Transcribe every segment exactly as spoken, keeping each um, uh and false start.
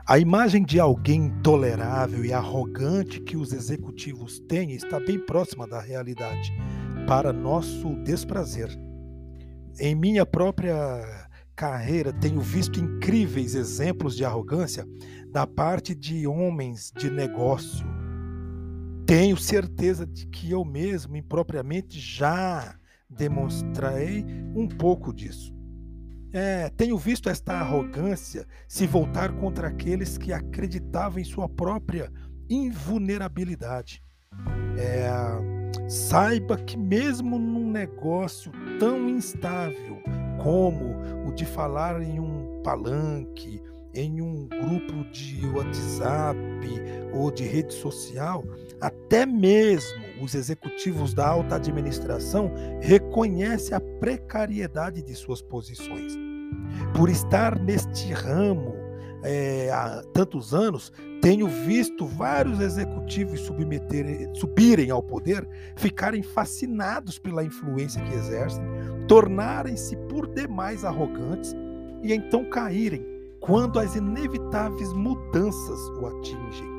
A imagem de alguém intolerável e arrogante que os executivos têm está bem próxima da realidade, para nosso desprazer. Em minha própria carreira, tenho visto incríveis exemplos de arrogância da parte de homens de negócio. Tenho certeza de que eu mesmo, impropriamente, já demonstrei um pouco disso. É, tenho visto esta arrogância se voltar contra aqueles que acreditavam em sua própria invulnerabilidade. É, Saiba que mesmo num negócio tão instável como o de falar em um palanque, em um grupo de WhatsApp ou de rede social, até mesmo os executivos da alta administração reconhecem a precariedade de suas posições. Por estar neste ramo é, há tantos anos, tenho visto vários executivos submeterem, subirem ao poder, ficarem fascinados pela influência que exercem, tornarem-se por demais arrogantes e então caírem quando as inevitáveis mudanças o atingem.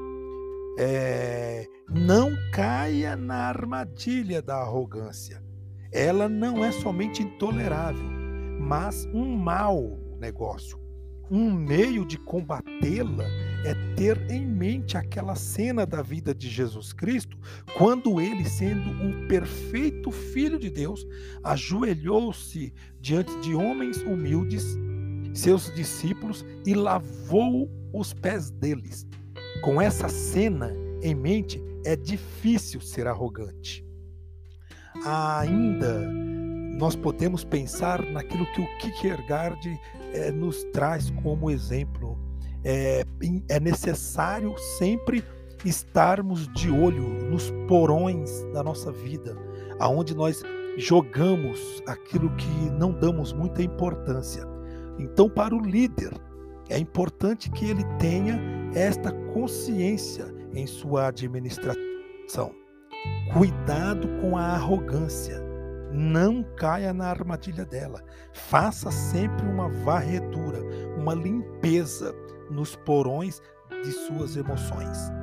É, não caia na armadilha da arrogância. Ela não é somente intolerável, mas um mau negócio. Um meio de combatê-la é ter em mente aquela cena da vida de Jesus Cristo, quando ele, sendo o perfeito Filho de Deus, ajoelhou-se diante de homens humildes, seus discípulos, e lavou os pés deles. Com essa cena em mente, é difícil ser arrogante. Ainda nós podemos pensar naquilo que o Kierkegaard é, nos traz como exemplo. É, é necessário sempre estarmos de olho nos porões da nossa vida, aonde nós jogamos aquilo que não damos muita importância. Então, para o líder, é importante que ele tenha esta consciência em sua administração. Cuidado com a arrogância. Não caia na armadilha dela. Faça sempre uma varredura, uma limpeza nos porões de suas emoções.